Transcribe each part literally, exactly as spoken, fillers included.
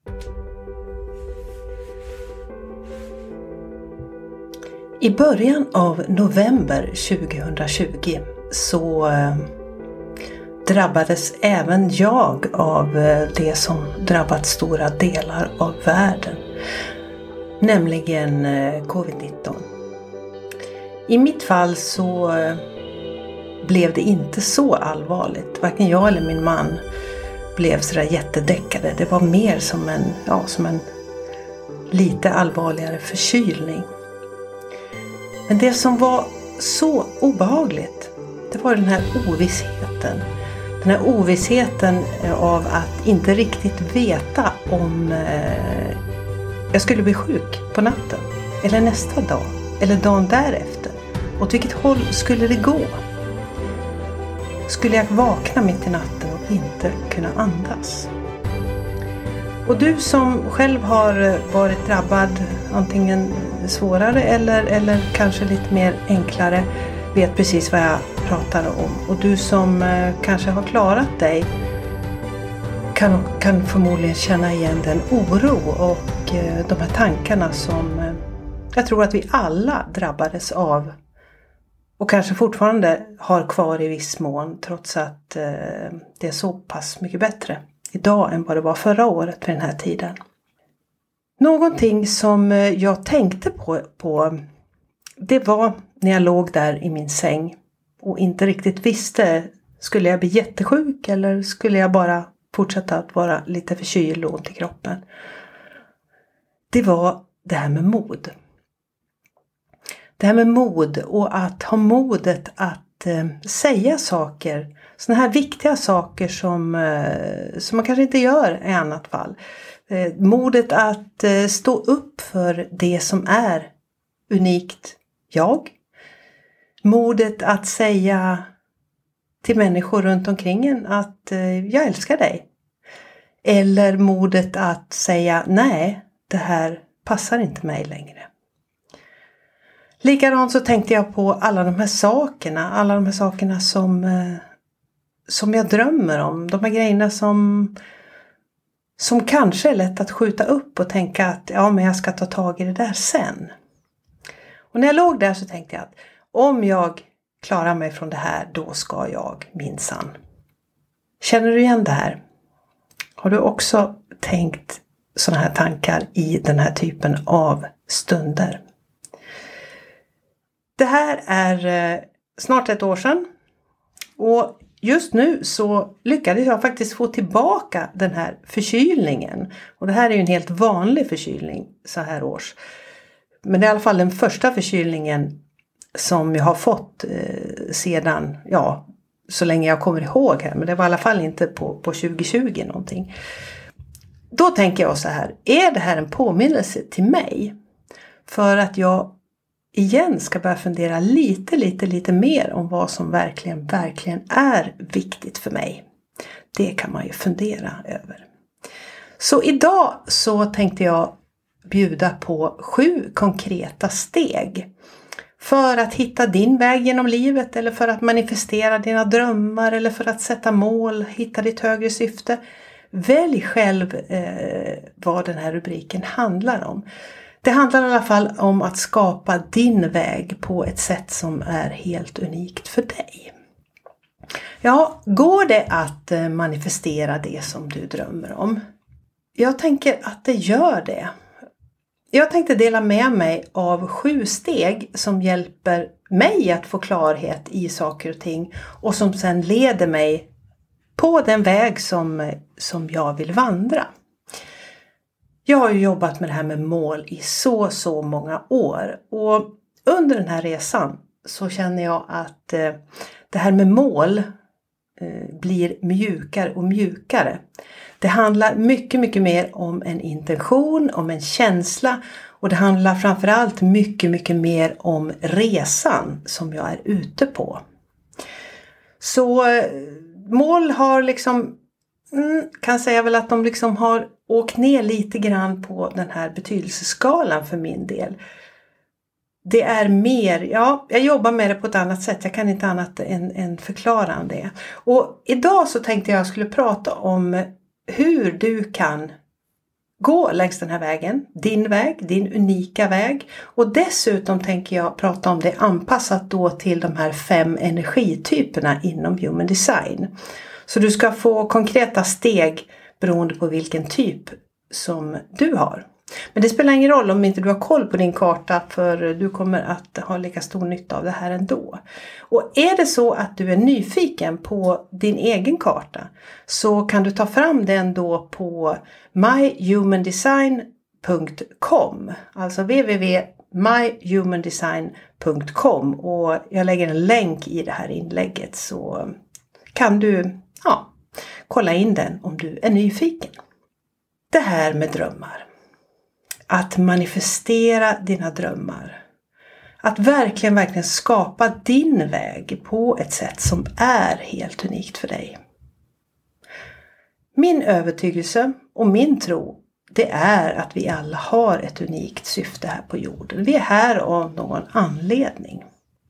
I början av november tjugohundratjugo så eh, drabbades även jag av eh, det som drabbat stora delar av världen, nämligen eh, covid nitton. I mitt fall så eh, blev det inte så allvarligt. Varken jag eller min man blev sådär jättedäckade. Det var mer som en, ja, som en lite allvarligare förkylning. Men det som var så obehagligt, det var den här ovissheten. Den här ovissheten av att inte riktigt veta om eh, jag skulle bli sjuk på natten. Eller nästa dag. Eller dagen därefter. Åt vilket håll skulle det gå? Skulle jag vakna mitt i natten och inte kunna andas? Och du som själv har varit drabbad antingen svårare eller, eller kanske lite mer enklare vet precis vad jag pratar om. Och du som eh, kanske har klarat dig kan, kan förmodligen känna igen den oro och eh, de här tankarna som eh, jag tror att vi alla drabbades av. Och kanske fortfarande har kvar i viss mån trots att eh, det är så pass mycket bättre idag än vad det var förra året vid den här tiden. Någonting som jag tänkte på, på det var när jag låg där i min säng och inte riktigt visste, skulle jag bli jättesjuk eller skulle jag bara fortsätta att vara lite förkyld och ont i kroppen. Det var det här med mod. Det här med mod och att ha modet att eh, säga saker, såna här viktiga saker som, eh, som man kanske inte gör i annat fall. Eh, modet att eh, stå upp för det som är unikt jag. Modet att säga till människor runt omkring en att eh, jag älskar dig. Eller modet att säga nej, det här passar inte mig längre. Likadant så tänkte jag på alla de här sakerna. Alla de här sakerna som, eh, som jag drömmer om. De här grejerna som, som kanske är lätt att skjuta upp och tänka att ja, men jag ska ta tag i det där sen. Och när jag låg där så tänkte jag att om jag klarar mig från det här, då ska jag minsann. Känner du igen det här? Har du också tänkt sådana här tankar i den här typen av stunder? Det här är snart ett år sedan och just nu så lyckades jag faktiskt få tillbaka den här förkylningen. Och det här är ju en helt vanlig förkylning så här års. Men det är i alla fall den första förkylningen som jag har fått eh, sedan, ja, så länge jag kommer ihåg här. Men det var i alla fall inte på, på tjugohundratjugo någonting. Då tänker jag så här, är det här en påminnelse till mig? För att jag igen ska börja fundera lite, lite, lite mer om vad som verkligen, verkligen är viktigt för mig. Det kan man ju fundera över. Så idag så tänkte jag bjuda på sju konkreta steg för att hitta din väg genom livet eller för att manifestera dina drömmar eller för att sätta mål, hitta ditt högre syfte. Välj själv eh, vad den här rubriken handlar om. Det handlar i alla fall om att skapa din väg på ett sätt som är helt unikt för dig. Ja, går det att manifestera det som du drömmer om? Jag tänker att det gör det. Jag tänkte dela med mig av sju steg som hjälper mig att få klarhet i saker och ting och som sedan leder mig på den väg som, som jag vill vandra. Jag har ju jobbat med det här med mål i så, så många år. Och under den här resan så känner jag att eh, det här med mål eh, blir mjukare och mjukare. Det handlar mycket, mycket mer om en intention, om en känsla. Och det handlar framförallt mycket, mycket mer om resan som jag är ute på. Så eh, mål har liksom, mm, kan säga väl att de liksom har åkt ner lite grann på den här betydelseskalan för min del. Det är mer, ja, jag jobbar med det på ett annat sätt. Jag kan inte annat än, än förklara om det. Och idag så tänkte jag skulle prata om hur du kan gå längs den här vägen, din väg, din unika väg. Och dessutom tänker jag prata om det anpassat då till de här fem energityperna inom Human Design. Så du ska få konkreta steg beroende på vilken typ som du har. Men det spelar ingen roll om inte du har koll på din karta, för du kommer att ha lika stor nytta av det här ändå. Och är det så att du är nyfiken på din egen karta, så kan du ta fram den då på my human design punkt com. Alltså w w w punkt my human design punkt com, och jag lägger en länk i det här inlägget, så kan du ja, kolla in den om du är nyfiken. Det här med drömmar. Att manifestera dina drömmar. Att verkligen, verkligen skapa din väg på ett sätt som är helt unikt för dig. Min övertygelse och min tro, det är att vi alla har ett unikt syfte här på jorden. Vi är här av någon anledning.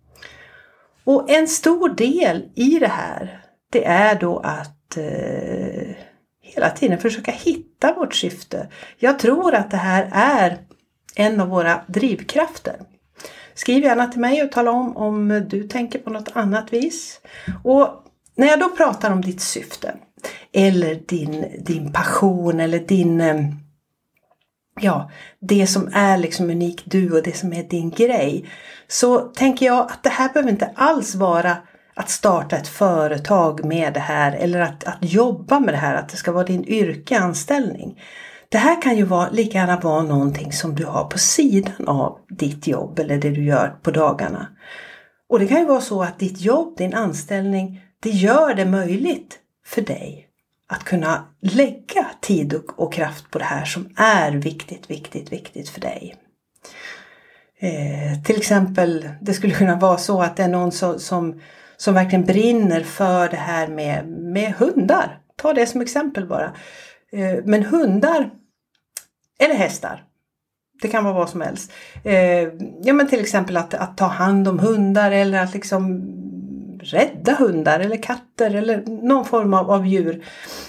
Och en stor del i det här, det är då att eh, hela tiden försöka hitta vårt syfte. Jag tror att det här är en av våra drivkrafter. Skriv gärna till mig och tala om om du tänker på något annat vis. Och när jag då pratar om ditt syfte, eller din, din passion, eller din, ja, det som är liksom unikt du och det som är din grej, så tänker jag att det här behöver inte alls vara att starta ett företag med det här, eller att, att jobba med det här, att det ska vara din yrkeanställning. Det här kan ju vara, lika gärna vara någonting som du har på sidan av ditt jobb eller det du gör på dagarna. Och det kan ju vara så att ditt jobb, din anställning, det gör det möjligt för dig att kunna lägga tid och, och kraft på det här som är viktigt, viktigt, viktigt för dig. Eh, till exempel, det skulle kunna vara så att det är någon som, som, som verkligen brinner för det här med, med hundar. Ta det som exempel bara. Eh, men hundar eller hästar, det kan vara vad som helst. Eh, ja, men till exempel att, att ta hand om hundar, eller att liksom rädda hundar eller katter eller någon form av, av djur.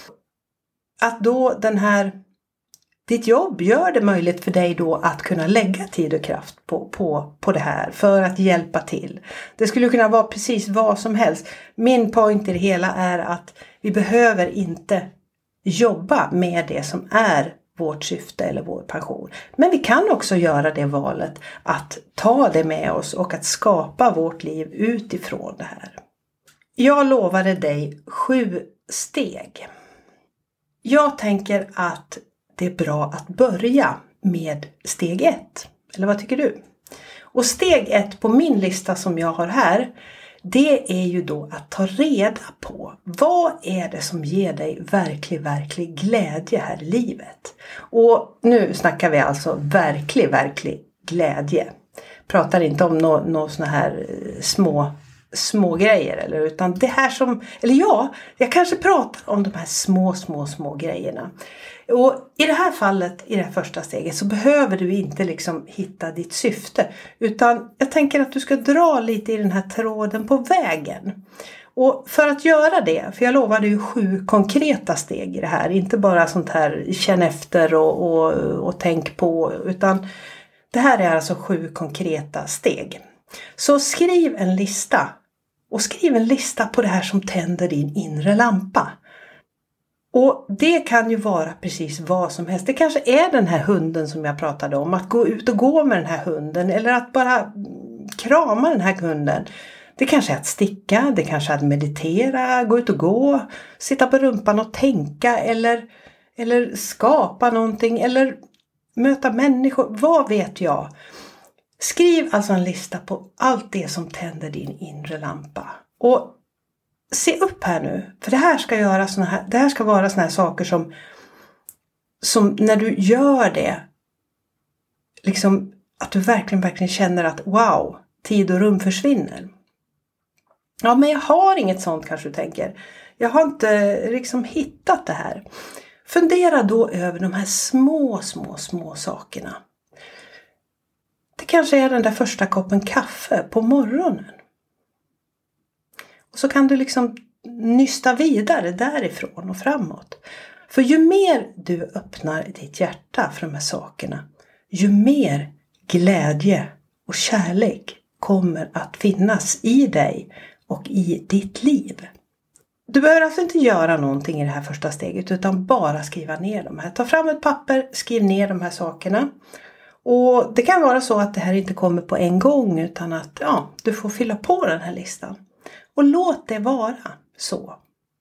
Att då den här, ditt jobb gör det möjligt för dig då att kunna lägga tid och kraft på, på, på det här för att hjälpa till. Det skulle kunna vara precis vad som helst. Min point i det hela är att vi behöver inte jobba med det som är vårt syfte eller vår passion. Men vi kan också göra det valet att ta det med oss och att skapa vårt liv utifrån det här. Jag lovade dig sju steg. Jag tänker att det är bra att börja med steg ett. Eller vad tycker du? Och steg ett på min lista som jag har här, det är ju då att ta reda på vad är det som ger dig verklig, verklig glädje här i livet. Och nu snackar vi alltså verklig, verklig glädje. Pratar inte om några nå såna här små, små grejer, eller, utan det här som, eller ja, jag kanske pratar om de här små, små, små grejerna. Och i det här fallet, i det här första steget, så behöver du inte liksom hitta ditt syfte. Utan jag tänker att du ska dra lite i den här tråden på vägen. Och för att göra det, för jag lovade ju sju konkreta steg i det här. Inte bara sånt här känn efter och, och, och tänk på. Utan det här är alltså sju konkreta steg. Så skriv en lista. Och skriv en lista på det här som tänder din inre lampa. Och det kan ju vara precis vad som helst. Det kanske är den här hunden som jag pratade om. Att gå ut och gå med den här hunden. Eller att bara krama den här hunden. Det kanske är att sticka. Det kanske är att meditera. Gå ut och gå. Sitta på rumpan och tänka. Eller, eller skapa någonting. Eller möta människor. Vad vet jag? Skriv alltså en lista på allt det som tänder din inre lampa. Och se upp här nu, för det här ska göra såna här, det här ska vara såna här saker som, som när du gör det, liksom att du verkligen, verkligen känner att wow, tid och rum försvinner. Ja, men jag har inget sånt, kanske du tänker. Jag har inte liksom hittat det här. Fundera då över de här små, små, små sakerna. Det kanske är den där första koppen kaffe på morgonen. Och så kan du liksom nysta vidare därifrån och framåt. För ju mer du öppnar ditt hjärta för de här sakerna, ju mer glädje och kärlek kommer att finnas i dig och i ditt liv. Du behöver alltså inte göra någonting i det här första steget utan bara skriva ner de här. Ta fram ett papper, skriv ner de här sakerna. Och det kan vara så att det här inte kommer på en gång utan att ja, du får fylla på den här listan. Och låt det vara så.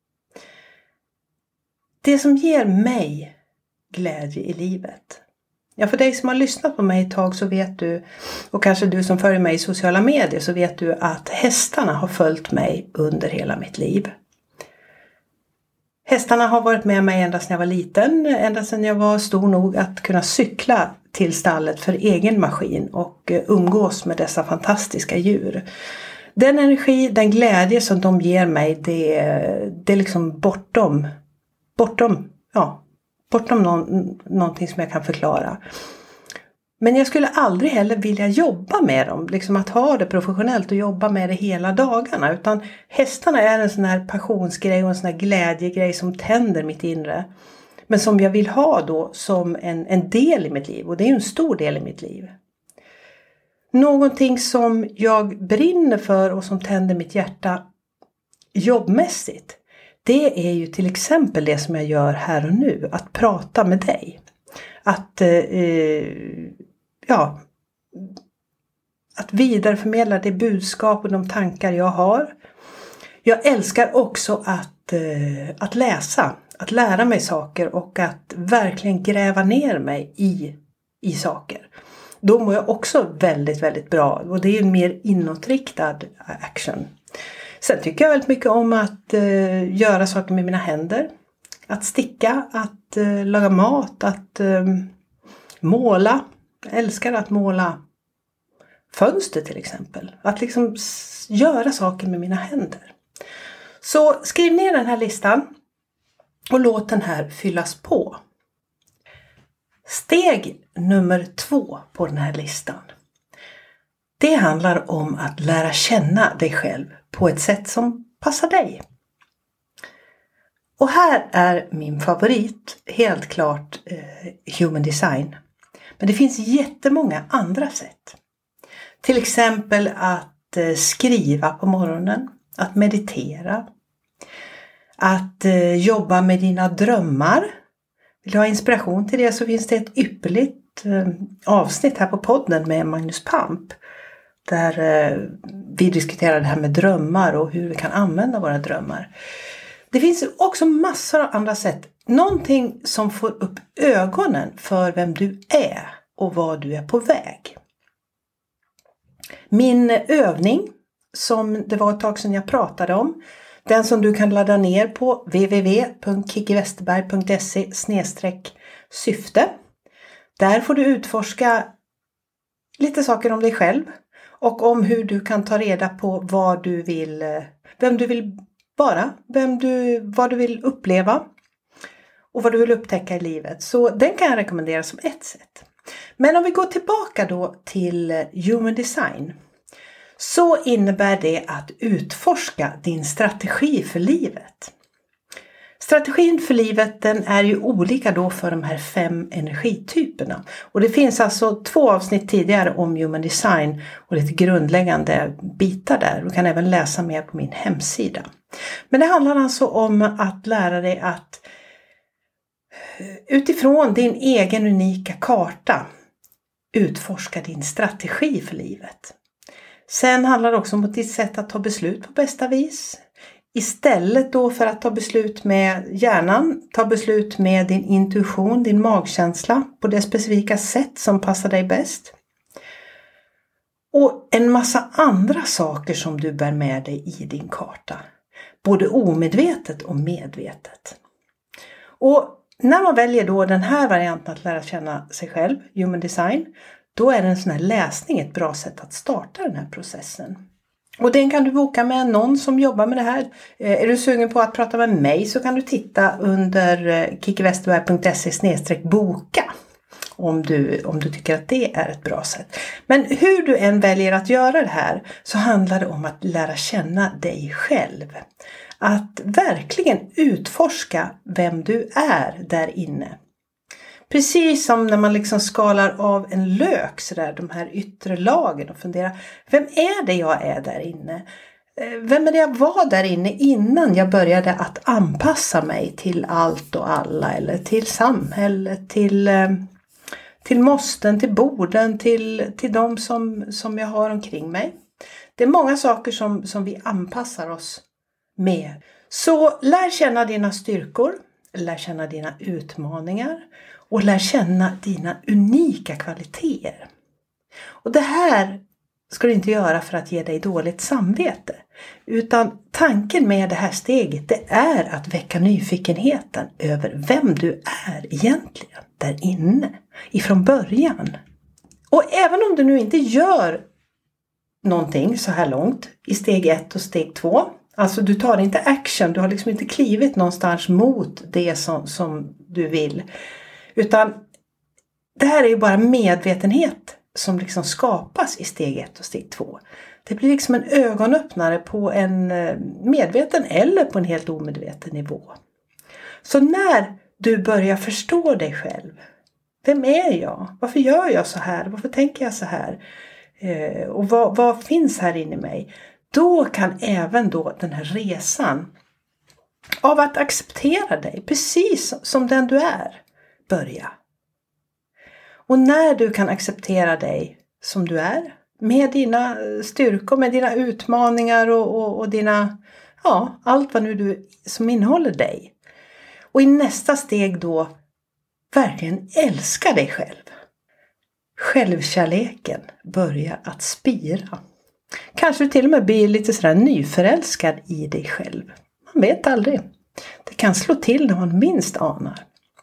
Det som ger mig glädje i livet. Ja, för dig som har lyssnat på mig ett tag så vet du, och kanske du som följer mig i sociala medier, så vet du att hästarna har följt mig under hela mitt liv. Hästarna har varit med mig ända sedan jag var liten, ända sedan jag var stor nog att kunna cykla till stallet för egen maskin och umgås med dessa fantastiska djur. Den energi, den glädje som de ger mig, det, det är liksom bortom, bortom, ja, bortom någon, någonting som jag kan förklara. Men jag skulle aldrig heller vilja jobba med dem, liksom att ha det professionellt och jobba med det hela dagarna. Utan hästarna är en sån här passionsgrej och en sån här glädjegrej som tänder mitt inre. Men som jag vill ha då som en, en del i mitt liv, och det är ju en stor del i mitt liv. Någonting som jag brinner för och som tänder mitt hjärta jobbmässigt, det är ju till exempel det som jag gör här och nu. Att prata med dig. Att, eh, ja, att vidareförmedla det budskap och de tankar jag har. Jag älskar också att, eh, att läsa. Att lära mig saker och att verkligen gräva ner mig i, i saker. Då mår jag också väldigt, väldigt bra. Och det är en mer inåtriktad action. Sen tycker jag väldigt mycket om att eh, göra saker med mina händer. Att sticka, att eh, laga mat, att eh, måla. Jag älskar att måla fönster till exempel. Att liksom s- göra saker med mina händer. Så skriv ner den här listan och låt den här fyllas på. Steg nummer två på den här listan. Det handlar om att lära känna dig själv på ett sätt som passar dig. Och här är min favorit helt klart eh, Human Design. Men det finns jättemånga andra sätt. Till exempel att eh, skriva på morgonen, att meditera, att eh, jobba med dina drömmar. Vill du ha inspiration till det så finns det ett ypperligt eh, avsnitt här på podden med Magnus Pamp. Där eh, vi diskuterar det här med drömmar och hur vi kan använda våra drömmar. Det finns också massor av andra sätt. Någonting som får upp ögonen för vem du är och vad du är på väg. Min övning som det var ett tag sedan jag pratade om. Den som du kan ladda ner på w w w punkt kiki westerberg punkt se slash syfte. Där får du utforska lite saker om dig själv. Och om hur du kan ta reda på vad du vill, vem du vill vara, vem du, vad du vill uppleva och vad du vill upptäcka i livet. Så den kan jag rekommendera som ett sätt. Men om vi går tillbaka då till Human Design. Så innebär det att utforska din strategi för livet. Strategin för livet den är ju olika då för de här fem energityperna. Och det finns alltså två avsnitt tidigare om Human Design och lite grundläggande bitar där. Du kan även läsa mer på min hemsida. Men det handlar alltså om att lära dig att utifrån din egen unika karta utforska din strategi för livet. Sen handlar det också om ditt sätt att ta beslut på bästa vis. Istället då för att ta beslut med hjärnan, ta beslut med din intuition, din magkänsla på det specifika sätt som passar dig bäst. Och en massa andra saker som du bär med dig i din karta. Både omedvetet och medvetet. Och när man väljer då den här varianten att lära känna sig själv, Human Design, då är en sån här läsning ett bra sätt att starta den här processen. Och den kan du boka med någon som jobbar med det här. Är du sugen på att prata med mig så kan du titta under kiki westerberg punkt se slash boka. Om du, om du tycker att det är ett bra sätt. Men hur du än väljer att göra det här så handlar det om att lära känna dig själv. Att verkligen utforska vem du är där inne. Precis som när man liksom skalar av en lök så där, de här yttre lagen och funderar, vem är det jag är där inne? Vem är det jag var där inne innan jag började att anpassa mig till allt och alla eller till samhället, till, till måsten, till borden, till, till de som, som jag har omkring mig. Det är många saker som, som vi anpassar oss med. Så lär känna dina styrkor, lär känna dina utmaningar och lär känna dina unika kvaliteter. Och det här ska du inte göra för att ge dig dåligt samvete. Utan tanken med det här steget, det är att väcka nyfikenheten över vem du är egentligen där inne ifrån början. Och även om du nu inte gör någonting så här långt i steg ett och steg två. Alltså du tar inte action, du har liksom inte klivit någonstans mot det som, som du vill. Utan det här är ju bara medvetenhet som liksom skapas i steg ett och steg två. Det blir liksom en ögonöppnare på en medveten eller på en helt omedveten nivå. Så när du börjar förstå dig själv. Vem är jag? Varför gör jag så här? Varför tänker jag så här? Eh, och vad, vad finns här inne i mig? Då kan även då den här resan av att acceptera dig precis som den du är börja. Och när du kan acceptera dig som du är, med dina styrkor, med dina utmaningar och, och, och dina, ja, allt vad nu du som innehåller dig. Och i nästa steg då verkligen älska dig själv. Självkärleken börjar att spira. Kanske du till och med blir lite sådär nyförälskad i dig själv. Man vet aldrig. Det kan slå till när man minst anar.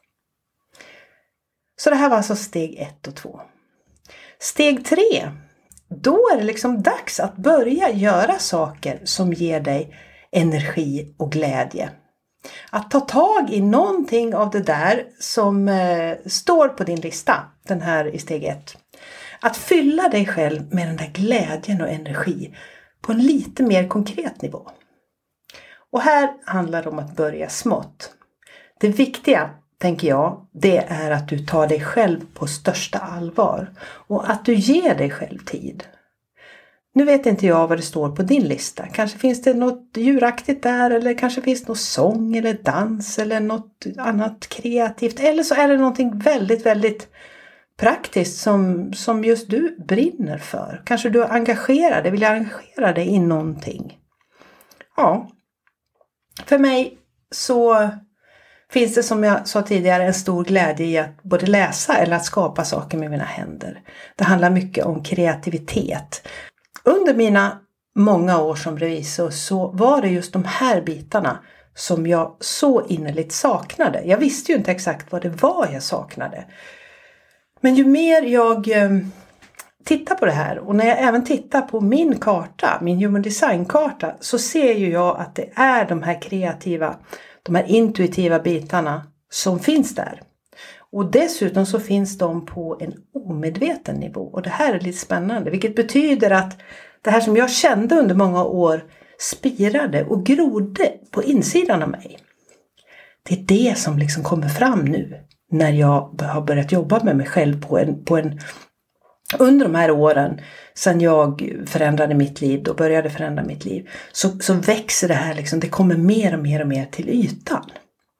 Så det här var alltså steg ett och två. Steg tre. Då är det liksom dags att börja göra saker som ger dig energi och glädje. Att ta tag i någonting av det där som eh, står på din lista. Den här i steg ett. Att fylla dig själv med den där glädjen och energi på en lite mer konkret nivå. Och här handlar det om att börja smått. Det viktiga, tänker jag, det är att du tar dig själv på största allvar. Och att du ger dig själv tid. Nu vet inte jag vad det står på din lista. Kanske finns det något djuraktigt där. Eller kanske finns det något sång eller dans. Eller något annat kreativt. Eller så är det någonting väldigt, väldigt praktiskt som, som just du brinner för. Kanske du är engagerad. Vill engagera dig i någonting. Ja. För mig så finns det, som jag sa tidigare, en stor glädje i att både läsa eller att skapa saker med mina händer. Det handlar mycket om kreativitet. Under mina många år som revisor så var det just de här bitarna som jag så innerligt saknade. Jag visste ju inte exakt vad det var jag saknade. Men ju mer jag eh, tittar på det här och när jag även tittar på min karta, min human design-karta, så ser ju jag att det är de här kreativa, de här intuitiva bitarna som finns där. Och dessutom så finns de på en omedveten nivå. Och det här är lite spännande. Vilket betyder att det här som jag kände under många år spirade och grodde på insidan av mig. Det är det som liksom kommer fram nu. När jag har börjat jobba med mig själv på en, på en under de här åren. Sedan jag förändrade mitt liv och började förändra mitt liv. Så, så växer det här liksom. Det kommer mer och mer och mer till ytan.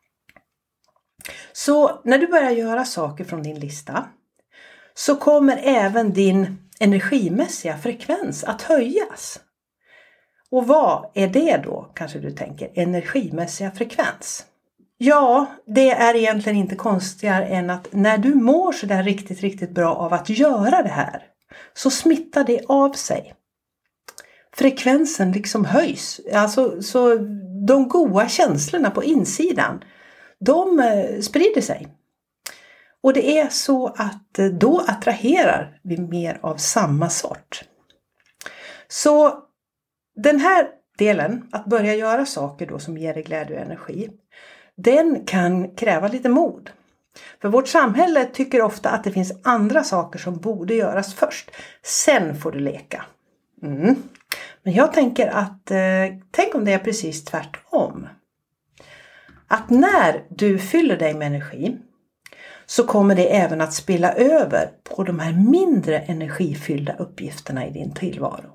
Så när du börjar göra saker från din lista så kommer även din energimässiga frekvens att höjas. Och vad är det då, kanske du tänker, energimässiga frekvens? Ja, det är egentligen inte konstigare än att när du mår så där riktigt, riktigt bra av att göra det här så smittar det av sig. Frekvensen liksom höjs. Alltså, så de goda känslorna på insidan, de sprider sig. Och det är så att då attraherar vi mer av samma sort. Så den här delen, att börja göra saker då som ger dig glädje och energi, den kan kräva lite mod. För vårt samhälle tycker ofta att det finns andra saker som borde göras först. Sen får du leka. Mm. Men jag tänker att, eh, tänk om det är precis tvärtom. Att när du fyller dig med energi så kommer det även att spilla över på de här mindre energifyllda uppgifterna i din tillvaro.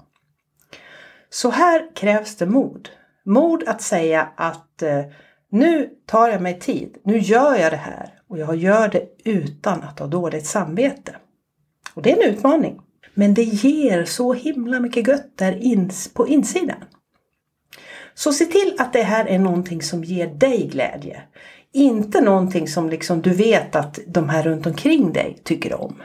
Så här krävs det mod. Mod att säga att eh, nu tar jag mig tid, nu gör jag det här och jag gör det utan att ha dåligt samvete. Och det är en utmaning. Men det ger så himla mycket gött där ins- på insidan. Så se till att det här är någonting som ger dig glädje. Inte någonting som liksom du vet att de här runt omkring dig tycker om.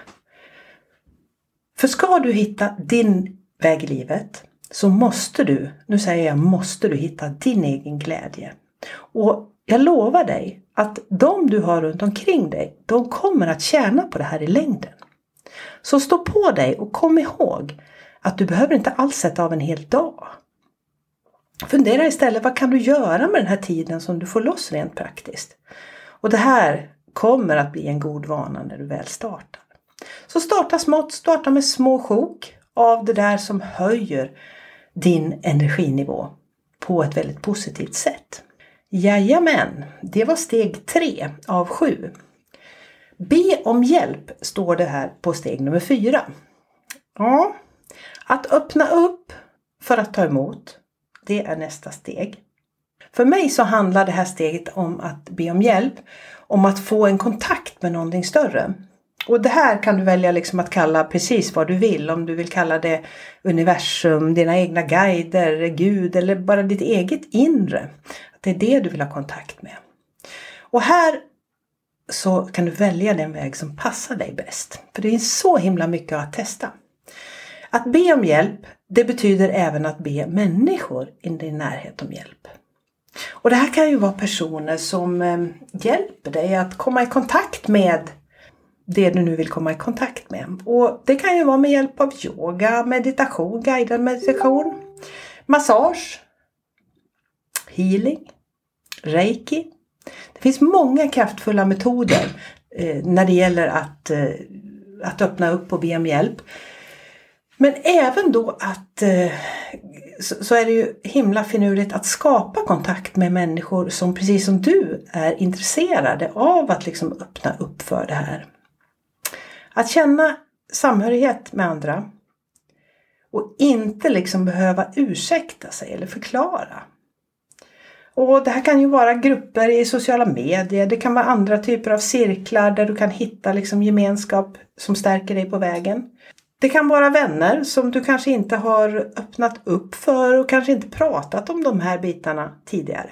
För ska du hitta din väg i livet så måste du, nu säger jag måste du hitta din egen glädje. Och jag lovar dig att de du har runt omkring dig, de kommer att tjäna på det här i längden. Så stå på dig och kom ihåg att du behöver inte alls sätta av en hel dag. Fundera istället, vad kan du göra med den här tiden som du får loss rent praktiskt? Och det här kommer att bli en god vana när du väl startar. Så starta smått, starta med små sjok av det där som höjer din energinivå på ett väldigt positivt sätt. Jajamän, det var steg tre av sju. Be om hjälp står det här på steg nummer fyra. Ja, att öppna upp för att ta emot, det är nästa steg. För mig så handlar det här steget om att be om hjälp, om att få en kontakt med någonting större. Och det här kan du välja liksom att kalla precis vad du vill. Om du vill kalla det universum, dina egna guider, Gud eller bara ditt eget inre. Att det är det du vill ha kontakt med. Och här så kan du välja den väg som passar dig bäst. För det är så himla mycket att testa. Att be om hjälp, det betyder även att be människor i din närhet om hjälp. Och det här kan ju vara personer som eh, hjälper dig att komma i kontakt med det du nu vill komma i kontakt med. Och det kan ju vara med hjälp av yoga, meditation, guidad meditation, massage, healing, reiki. Det finns många kraftfulla metoder eh, när det gäller att, eh, att öppna upp och be om hjälp. Men även då att eh, så, så är det ju himla finurligt att skapa kontakt med människor som precis som du är intresserade av att liksom öppna upp för det här. Att känna samhörighet med andra och inte liksom behöva ursäkta sig eller förklara. Och det här kan ju vara grupper i sociala medier, det kan vara andra typer av cirklar där du kan hitta liksom gemenskap som stärker dig på vägen. Det kan vara vänner som du kanske inte har öppnat upp för och kanske inte pratat om de här bitarna tidigare.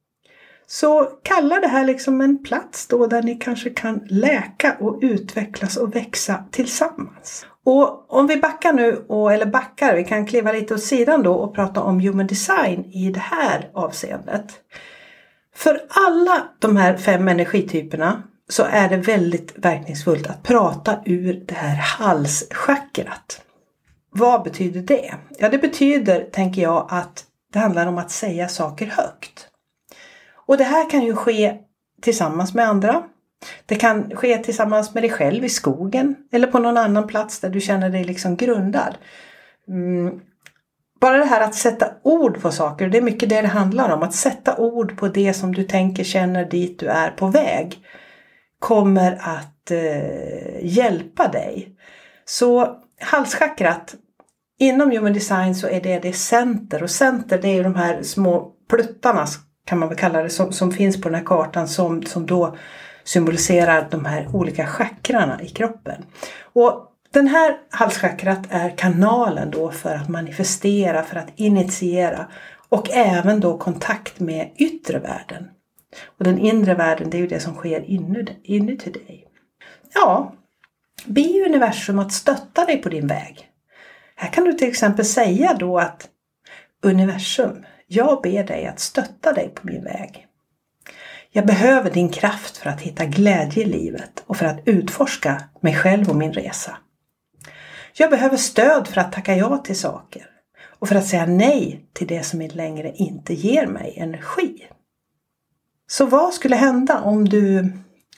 Så kalla det här liksom en plats då där ni kanske kan läka och utvecklas och växa tillsammans. Och om vi backar nu, och, eller backar, vi kan kliva lite åt sidan då och prata om human design i det här avseendet. För alla de här fem energityperna så är det väldigt verkningsfullt att prata ur det här halschakrat. Vad betyder det? Ja, det betyder, tänker jag, att det handlar om att säga saker högt. Och det här kan ju ske tillsammans med andra. Det kan ske tillsammans med dig själv i skogen eller på någon annan plats där du känner dig liksom grundad. Mm. Bara det här att sätta ord på saker, det är mycket det det handlar om. Att sätta ord på det som du tänker, känner, dit du är på väg kommer att eh, hjälpa dig. Så halschakrat, inom human design så är det det center. Och center, det är ju de här små pluttarna kan man väl kalla det, som, som finns på den här kartan som, som då symboliserar de här olika chakrarna i kroppen. Och den här halschakrat är kanalen då för att manifestera, för att initiera och även då kontakt med yttre världen. Och den inre världen, det är ju det som sker inuti dig. Ja, be universum att stötta dig på din väg. Här kan du till exempel säga då att universum, jag ber dig att stötta dig på min väg. Jag behöver din kraft för att hitta glädje i livet och för att utforska mig själv och min resa. Jag behöver stöd för att tacka ja till saker och för att säga nej till det som inte längre inte ger mig energi. Så vad skulle hända om du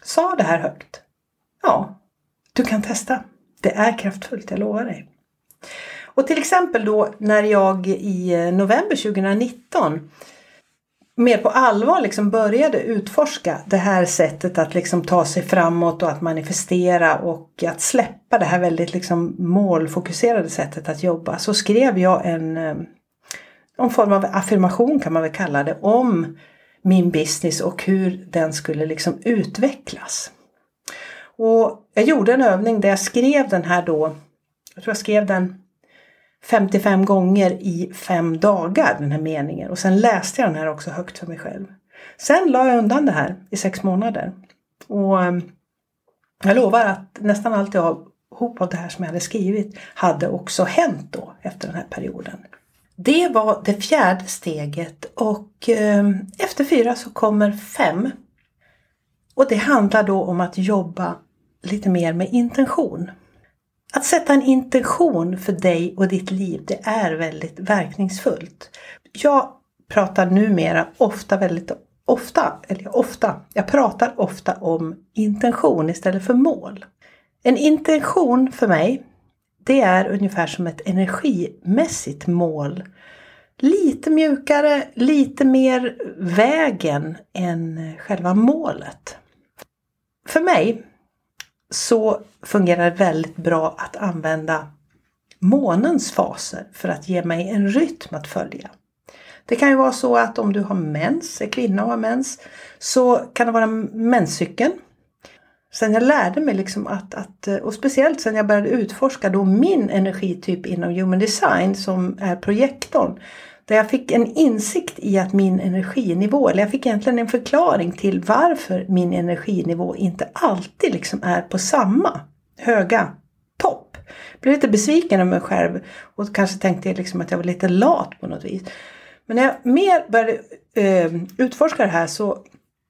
sa det här högt. Ja, du kan testa. Det är kraftfullt, jag lovar dig. Och till exempel då när jag i november tjugonitton mer på allvar liksom började utforska det här sättet att liksom ta sig framåt och att manifestera och att släppa det här väldigt liksom målfokuserade sättet att jobba, så skrev jag en, en form av affirmation kan man väl kalla det, om min business och hur den skulle liksom utvecklas. Och jag gjorde en övning där jag skrev den här då, jag tror jag skrev den femtiofem gånger i fem dagar, den här meningen. Och sen läste jag den här också högt för mig själv. Sen la jag undan det här i sex månader. Och jag lovar att nästan allt jag ihop av det här som jag hade skrivit hade också hänt då efter den här perioden. Det var det fjärde steget, och eh, efter fyra så kommer fem. Och det handlar då om att jobba lite mer med intention. Att sätta en intention för dig och ditt liv, det är väldigt verkningsfullt. Jag pratar numera ofta, väldigt ofta, eller ofta, jag pratar ofta om intention istället för mål. En intention för mig, det är ungefär som ett energimässigt mål. Lite mjukare, lite mer vägen än själva målet. För mig så fungerar det väldigt bra att använda månens faser för att ge mig en rytm att följa. Det kan ju vara så att om du har mens, är kvinna och har mens, så kan det vara menscykeln. Sen jag lärde mig liksom att, att, och speciellt sen jag började utforska då min energityp inom Human Design som är projektorn. Där jag fick en insikt i att min energinivå, eller jag fick egentligen en förklaring till varför min energinivå inte alltid liksom är på samma höga topp. Jag blev lite besviken av mig själv och kanske tänkte jag liksom att jag var lite lat på något vis. Men när jag mer började eh, utforska det här så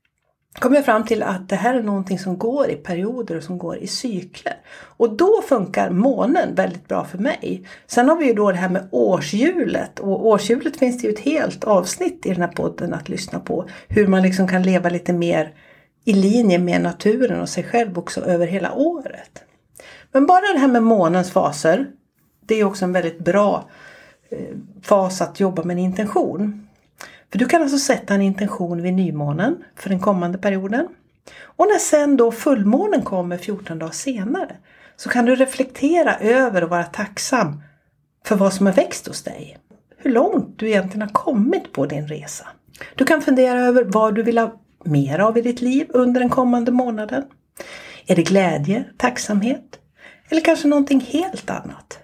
kom jag fram till att det här är någonting som går i perioder och som går i cykler. Och då funkar månen väldigt bra för mig. Sen har vi ju då det här med årshjulet. Och årshjulet finns det ju ett helt avsnitt i den här podden att lyssna på. Hur man liksom kan leva lite mer i linje med naturen och sig själv också över hela året. Men bara det här med månens faser, det är också en väldigt bra eh, fas att jobba med en intention. För du kan alltså sätta en intention vid nymånen för den kommande perioden. Och när sen då fullmånen kommer fjorton dagar senare så kan du reflektera över och vara tacksam för vad som har växt hos dig. Hur långt du egentligen har kommit på din resa. Du kan fundera över vad du vill ha mer av i ditt liv under den kommande månaden. Är det glädje, tacksamhet eller kanske någonting helt annat?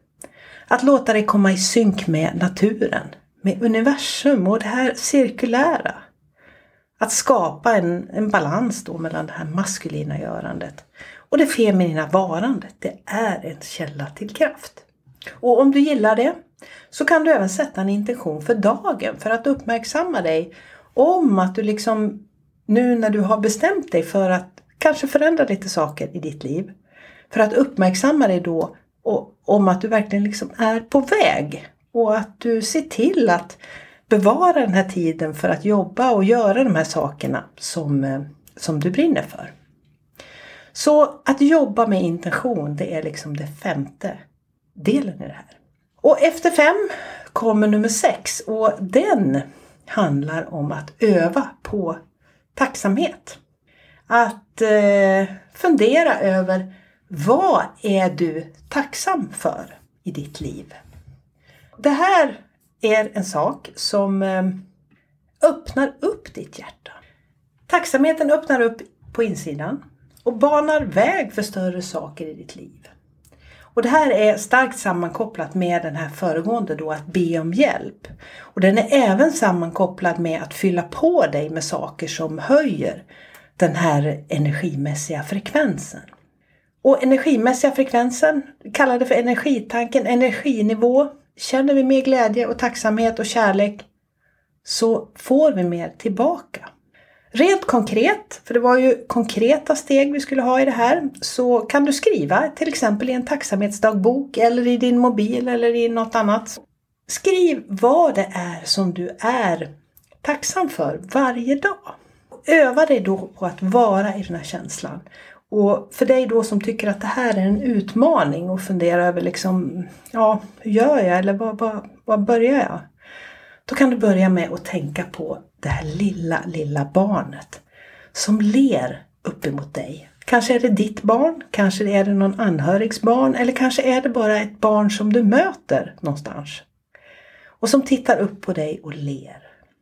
Att låta dig komma i synk med naturen. Med universum och det här cirkulära. Att skapa en, en balans då mellan det här maskulina görandet och det feminina varandet. Det är en källa till kraft. Och om du gillar det så kan du även sätta en intention för dagen. För att uppmärksamma dig om att du liksom nu när du har bestämt dig för att kanske förändra lite saker i ditt liv. För att uppmärksamma dig då och, om att du verkligen liksom är på väg. Och att du ser till att bevara den här tiden för att jobba och göra de här sakerna som, som du brinner för. Så att jobba med intention, det är liksom det femte delen i det här. Och efter fem kommer nummer sex och den handlar om att öva på tacksamhet. Att eh, fundera över vad är du tacksam för i ditt liv. Det här är en sak som öppnar upp ditt hjärta. Tacksamheten öppnar upp på insidan och banar väg för större saker i ditt liv. Och det här är starkt sammankopplat med den här föregående då att be om hjälp. Och den är även sammankopplad med att fylla på dig med saker som höjer den här energimässiga frekvensen. Och energimässiga frekvensen, kallar det för energitanken, energinivå. Känner vi mer glädje och tacksamhet och kärlek så får vi mer tillbaka. Rent konkret, för det var ju konkreta steg vi skulle ha i det här, så kan du skriva till exempel i en tacksamhetsdagbok eller i din mobil eller i något annat. Skriv vad det är som du är tacksam för varje dag. öva dig då på att vara i den här känslan. Och för dig då som tycker att det här är en utmaning och funderar över liksom, ja, hur gör jag eller vad, vad, vad börjar jag? Då kan du börja med att tänka på det här lilla, lilla barnet som ler upp emot dig. Kanske är det ditt barn, kanske är det någon anhörigs barn eller kanske är det bara ett barn som du möter någonstans. Och som tittar upp på dig och ler.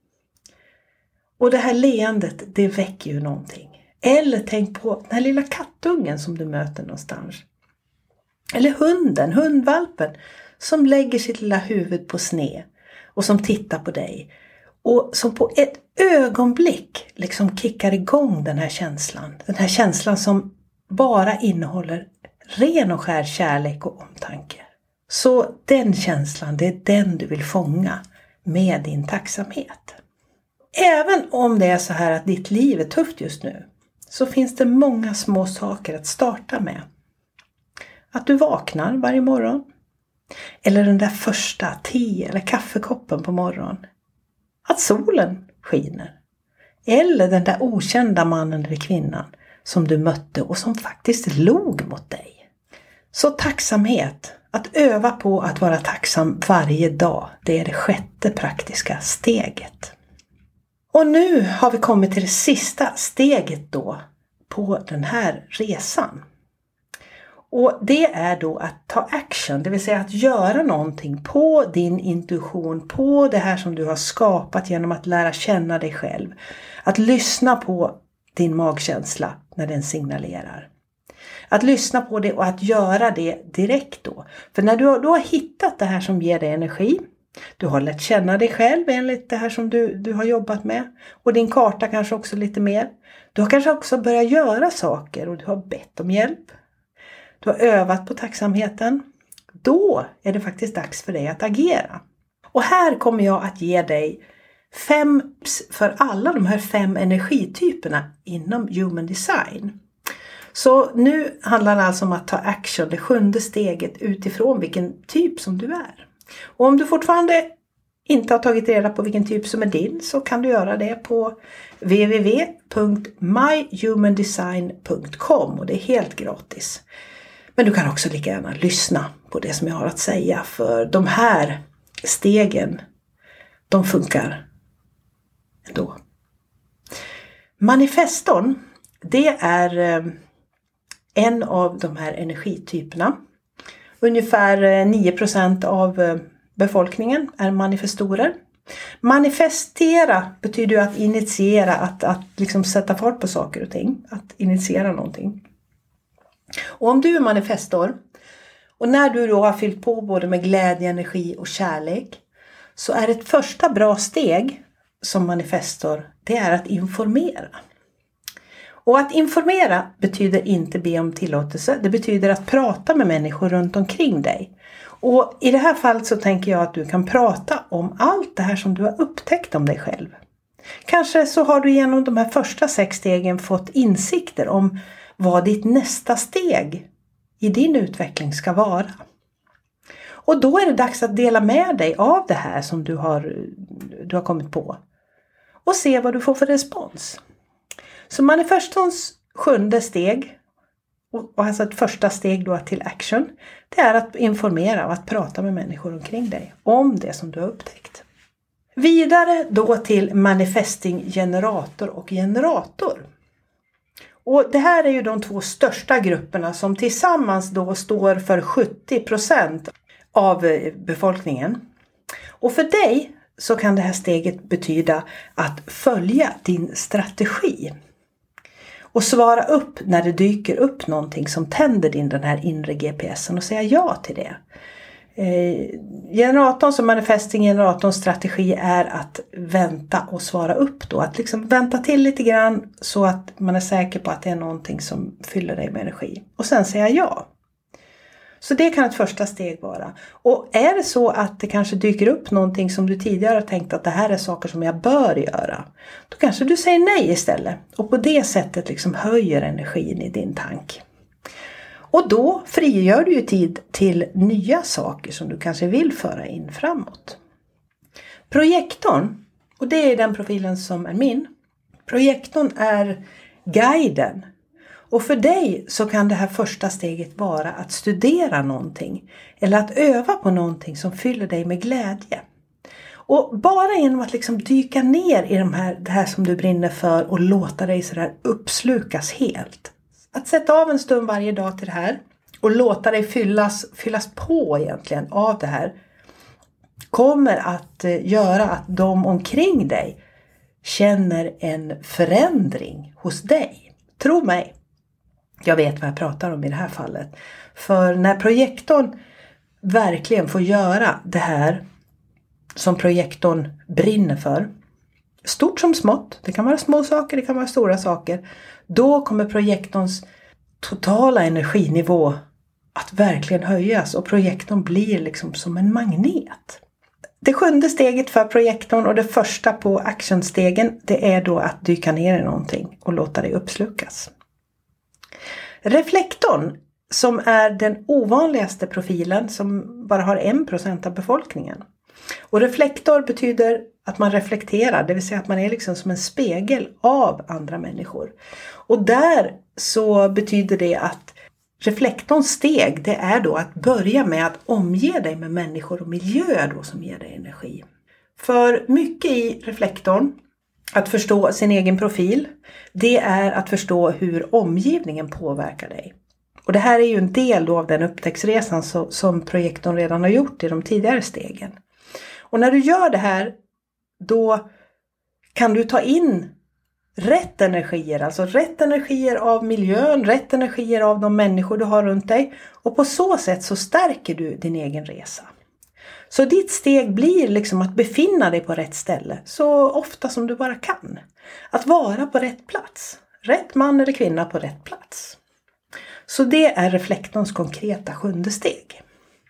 Och det här leendet, det väcker ju någonting. Eller tänk på den här lilla kattungen som du möter någonstans. Eller hunden, hundvalpen som lägger sitt lilla huvud på sned och som tittar på dig. Och som på ett ögonblick liksom kickar igång den här känslan. Den här känslan som bara innehåller ren och skär kärlek och omtanke. Så den känslan, det är den du vill fånga med din tacksamhet. Även om det är så här att ditt liv är tufft just nu, så finns det många små saker att starta med. Att du vaknar varje morgon. Eller den där första te eller kaffekoppen på morgonen. Att solen skiner. Eller den där okända mannen eller kvinnan som du mötte och som faktiskt log mot dig. Så tacksamhet, att öva på att vara tacksam varje dag, det är det sjätte praktiska steget. Och nu har vi kommit till det sista steget då på den här resan. Och det är då att ta action, det vill säga att göra någonting på din intuition, på det här som du har skapat genom att lära känna dig själv. Att lyssna på din magkänsla när den signalerar. Att lyssna på det och att göra det direkt då. För när du har, du har hittat det här som ger dig energi, du har lärt känna dig själv enligt det här som du, du har jobbat med. Och din karta kanske också lite mer. Du har kanske också börjat göra saker och du har bett om hjälp. Du har övat på tacksamheten. Då är det faktiskt dags för dig att agera. Och här kommer jag att ge dig fem tips för alla de här fem energityperna inom Human Design. Så nu handlar det alltså om att ta action, det sjunde steget utifrån vilken typ som du är. Och om du fortfarande inte har tagit reda på vilken typ som är din, så kan du göra det på w w w punkt my human design punkt com och det är helt gratis. Men du kan också lika gärna lyssna på det som jag har att säga, för de här stegen, de funkar ändå. Manifestorn, det är en av de här energityperna. Ungefär nio procent av befolkningen är manifestorer. Manifestera betyder ju att initiera, att, att liksom sätta fart på saker och ting. Att initiera någonting. Och om du är manifestor och när du då har fyllt på både med glädje, energi och kärlek, så är ett första bra steg som manifestor, det är att informera. Och att informera betyder inte be om tillåtelse. Det betyder att prata med människor runt omkring dig. Och i det här fallet så tänker jag att du kan prata om allt det här som du har upptäckt om dig själv. Kanske så har du genom de här första sex stegen fått insikter om vad ditt nästa steg i din utveckling ska vara. Och då är det dags att dela med dig av det här som du har, du har kommit på. Och se vad du får för respons. Så manifestorns sjunde steg, och alltså ett första steg då till action, det är att informera och att prata med människor omkring dig om det som du har upptäckt. Vidare då till manifesting generator och generator. Och det här är ju de två största grupperna som tillsammans då står för sjuttio procent av befolkningen. Och för dig så kan det här steget betyda att följa din strategi. Och svara upp när det dyker upp någonting som tänder din den här inre G P S'en och säga ja till det. Eh, generatorns och manifesting generatorns strategi är att vänta och svara upp då. Att liksom vänta till lite grann så att man är säker på att det är någonting som fyller dig med energi. Och sen säga ja. Så det kan ett första steg vara. Och är det så att det kanske dyker upp någonting som du tidigare har tänkt att det här är saker som jag bör göra, då kanske du säger nej istället. Och på det sättet liksom höjer energin i din tank. Och då frigör du ju tid till nya saker som du kanske vill föra in framåt. Projektorn, och det är den profilen som är min. Projektorn är guiden. Och för dig så kan det här första steget vara att studera någonting. Eller att öva på någonting som fyller dig med glädje. Och bara genom att liksom dyka ner i de här, det här som du brinner för och låta dig så där uppslukas helt. Att sätta av en stund varje dag till det här och låta dig fyllas, fyllas på egentligen av det här. Kommer att göra att de omkring dig känner en förändring hos dig. Tro mig. Jag vet vad jag pratar om i det här fallet. För när projektorn verkligen får göra det här som projektorn brinner för. Stort som smått. Det kan vara små saker, det kan vara stora saker. Då kommer projektorns totala energinivå att verkligen höjas. Och projektorn blir liksom som en magnet. Det sjunde steget för projektorn och det första på actionstegen, det är då att dyka ner i någonting och låta det uppslukas. Reflektorn, som är den ovanligaste profilen som bara har en procent av befolkningen. Och reflektor betyder att man reflekterar, det vill säga att man är liksom som en spegel av andra människor. Och där så betyder det att reflektorns steg, det är då att börja med att omge dig med människor och miljö då som ger dig energi. För mycket i reflektorn, att förstå sin egen profil, det är att förstå hur omgivningen påverkar dig. Och det här är ju en del då av den upptäcktsresan så, som projektorn redan har gjort i de tidigare stegen. Och när du gör det här, då kan du ta in rätt energier, alltså rätt energier av miljön, rätt energier av de människor du har runt dig. Och på så sätt så stärker du din egen resa. Så ditt steg blir liksom att befinna dig på rätt ställe så ofta som du bara kan. Att vara på rätt plats. Rätt man eller kvinna på rätt plats. Så det är reflektorns konkreta sjunde steg.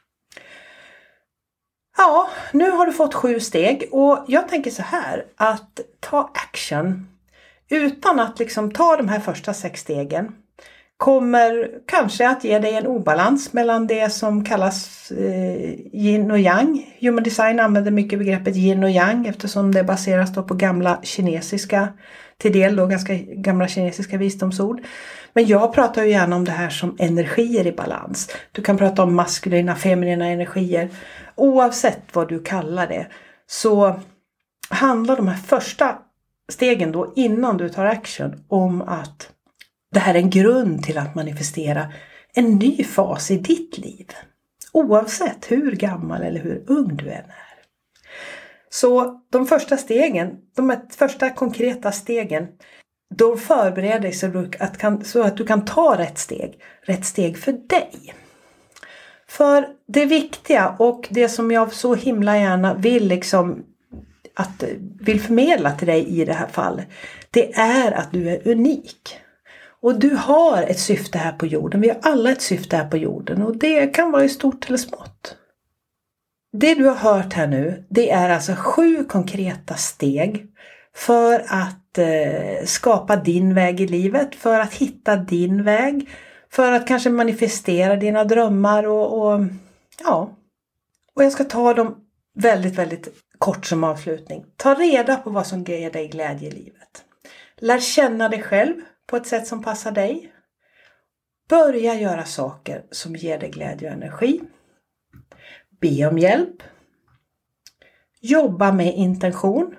Ja, nu har du fått sju steg och jag tänker så här att ta action utan att liksom ta de här första sex stegen kommer kanske att ge dig en obalans mellan det som kallas eh, yin och yang. Human design använder mycket begreppet yin och yang eftersom det baseras då på gamla kinesiska, till del då ganska gamla kinesiska visdomsord. Men jag pratar ju gärna om det här som energier i balans. Du kan prata om maskulina, feminina energier. Oavsett vad du kallar det så handlar de här första stegen då innan du tar action om att det här är en grund till att manifestera en ny fas i ditt liv. Oavsett hur gammal eller hur ung du än är. Så de första stegen, de första konkreta stegen, de förbereder dig så att, kan, så att du kan ta rätt steg. Rätt steg för dig. För det viktiga och det som jag så himla gärna vill liksom att vill förmedla till dig i det här fallet, det är att du är unik. Och du har ett syfte här på jorden. Vi har alla ett syfte här på jorden. Och det kan vara stort eller smått. Det du har hört här nu, det är alltså sju konkreta steg för att eh, skapa din väg i livet. För att hitta din väg. För att kanske manifestera dina drömmar och, och ja. Och jag ska ta dem väldigt, väldigt kort som avslutning. Ta reda på vad som ger dig glädje i livet. Lär känna dig själv på ett sätt som passar dig. Börja göra saker som ger dig glädje och energi. Be om hjälp. Jobba med intention.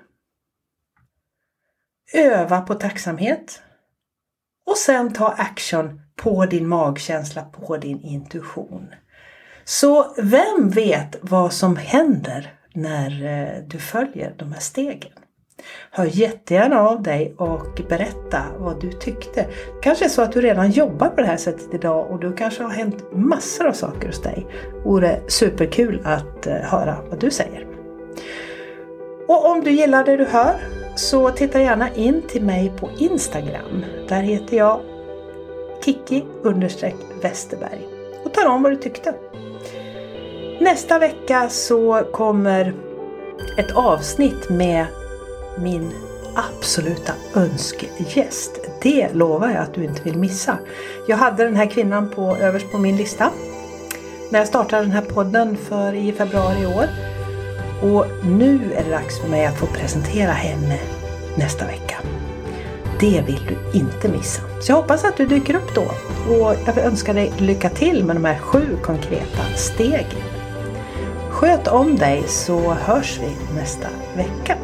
Öva på tacksamhet. Och sen ta action på din magkänsla, på din intuition. Så vem vet vad som händer när du följer de här stegen? Hör jättegärna av dig och berätta vad du tyckte. Kanske är så att du redan jobbar på det här sättet idag och du kanske har hänt massor av saker hos dig. Vore superkul att höra vad du säger. Och om du gillar det du hör så titta gärna in till mig på Instagram. Där heter jag Kiki understreck Westerberg. Och ta om vad du tyckte. Nästa vecka så kommer ett avsnitt med min absoluta önskegäst. Det lovar jag att du inte vill missa. Jag hade den här kvinnan på, överst på min lista när jag startade den här podden för i februari i år. Och nu är det dags för mig att få presentera henne nästa vecka. Det vill du inte missa. Så jag hoppas att du dyker upp då. Och jag önskar dig lycka till med de här sju konkreta stegen. Sköt om dig så hörs vi nästa vecka.